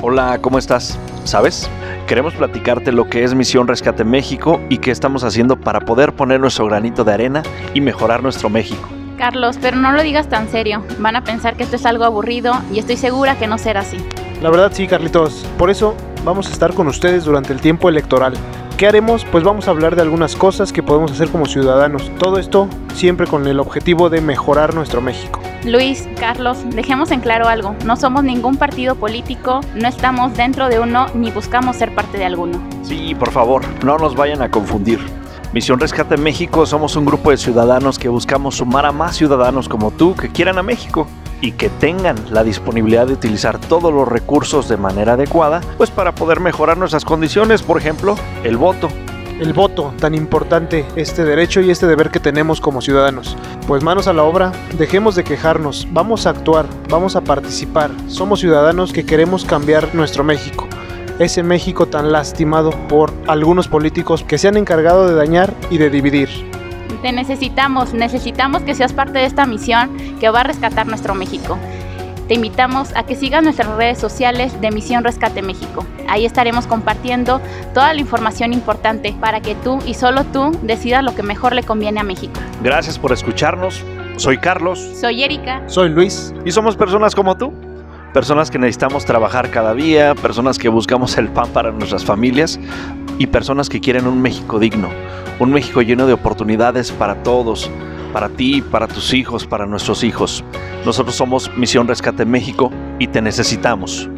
Hola, ¿cómo estás? ¿Sabes? Queremos platicarte lo que es Misión Rescate México y qué estamos haciendo para poder poner nuestro granito de arena y mejorar nuestro México. Carlos, pero no lo digas tan serio. Van a pensar que esto es algo aburrido y estoy segura que no será así. La verdad sí, Carlitos. Por eso vamos a estar con ustedes durante el tiempo electoral. ¿Qué haremos? Pues vamos a hablar de algunas cosas que podemos hacer como ciudadanos. Todo esto siempre con el objetivo de mejorar nuestro México. Luis, Carlos, dejemos en claro algo. No somos ningún partido político, no estamos dentro de uno ni buscamos ser parte de alguno. Sí, por favor, no nos vayan a confundir. Misión Rescate México somos un grupo de ciudadanos que buscamos sumar a más ciudadanos como tú que quieran a México y que tengan la disponibilidad de utilizar todos los recursos de manera adecuada, pues para poder mejorar nuestras condiciones, por ejemplo, el voto. El voto, tan importante, este derecho y este deber que tenemos como ciudadanos. Pues manos a la obra, dejemos de quejarnos, vamos a actuar, vamos a participar. Somos ciudadanos que queremos cambiar nuestro México. Ese México tan lastimado por algunos políticos que se han encargado de dañar y de dividir. Te necesitamos que seas parte de esta misión que va a rescatar nuestro México. Te invitamos a que sigas nuestras redes sociales de Misión Rescate México. Ahí estaremos compartiendo toda la información importante para que tú y solo tú decidas lo que mejor le conviene a México. Gracias por escucharnos. Soy Carlos. Soy Erika. Soy Luis. Y somos personas como tú. Personas que necesitamos trabajar cada día, personas que buscamos el pan para nuestras familias y personas que quieren un México digno, un México lleno de oportunidades para todos, para ti, para tus hijos, para nuestros hijos. Nosotros somos Misión Rescate México y te necesitamos.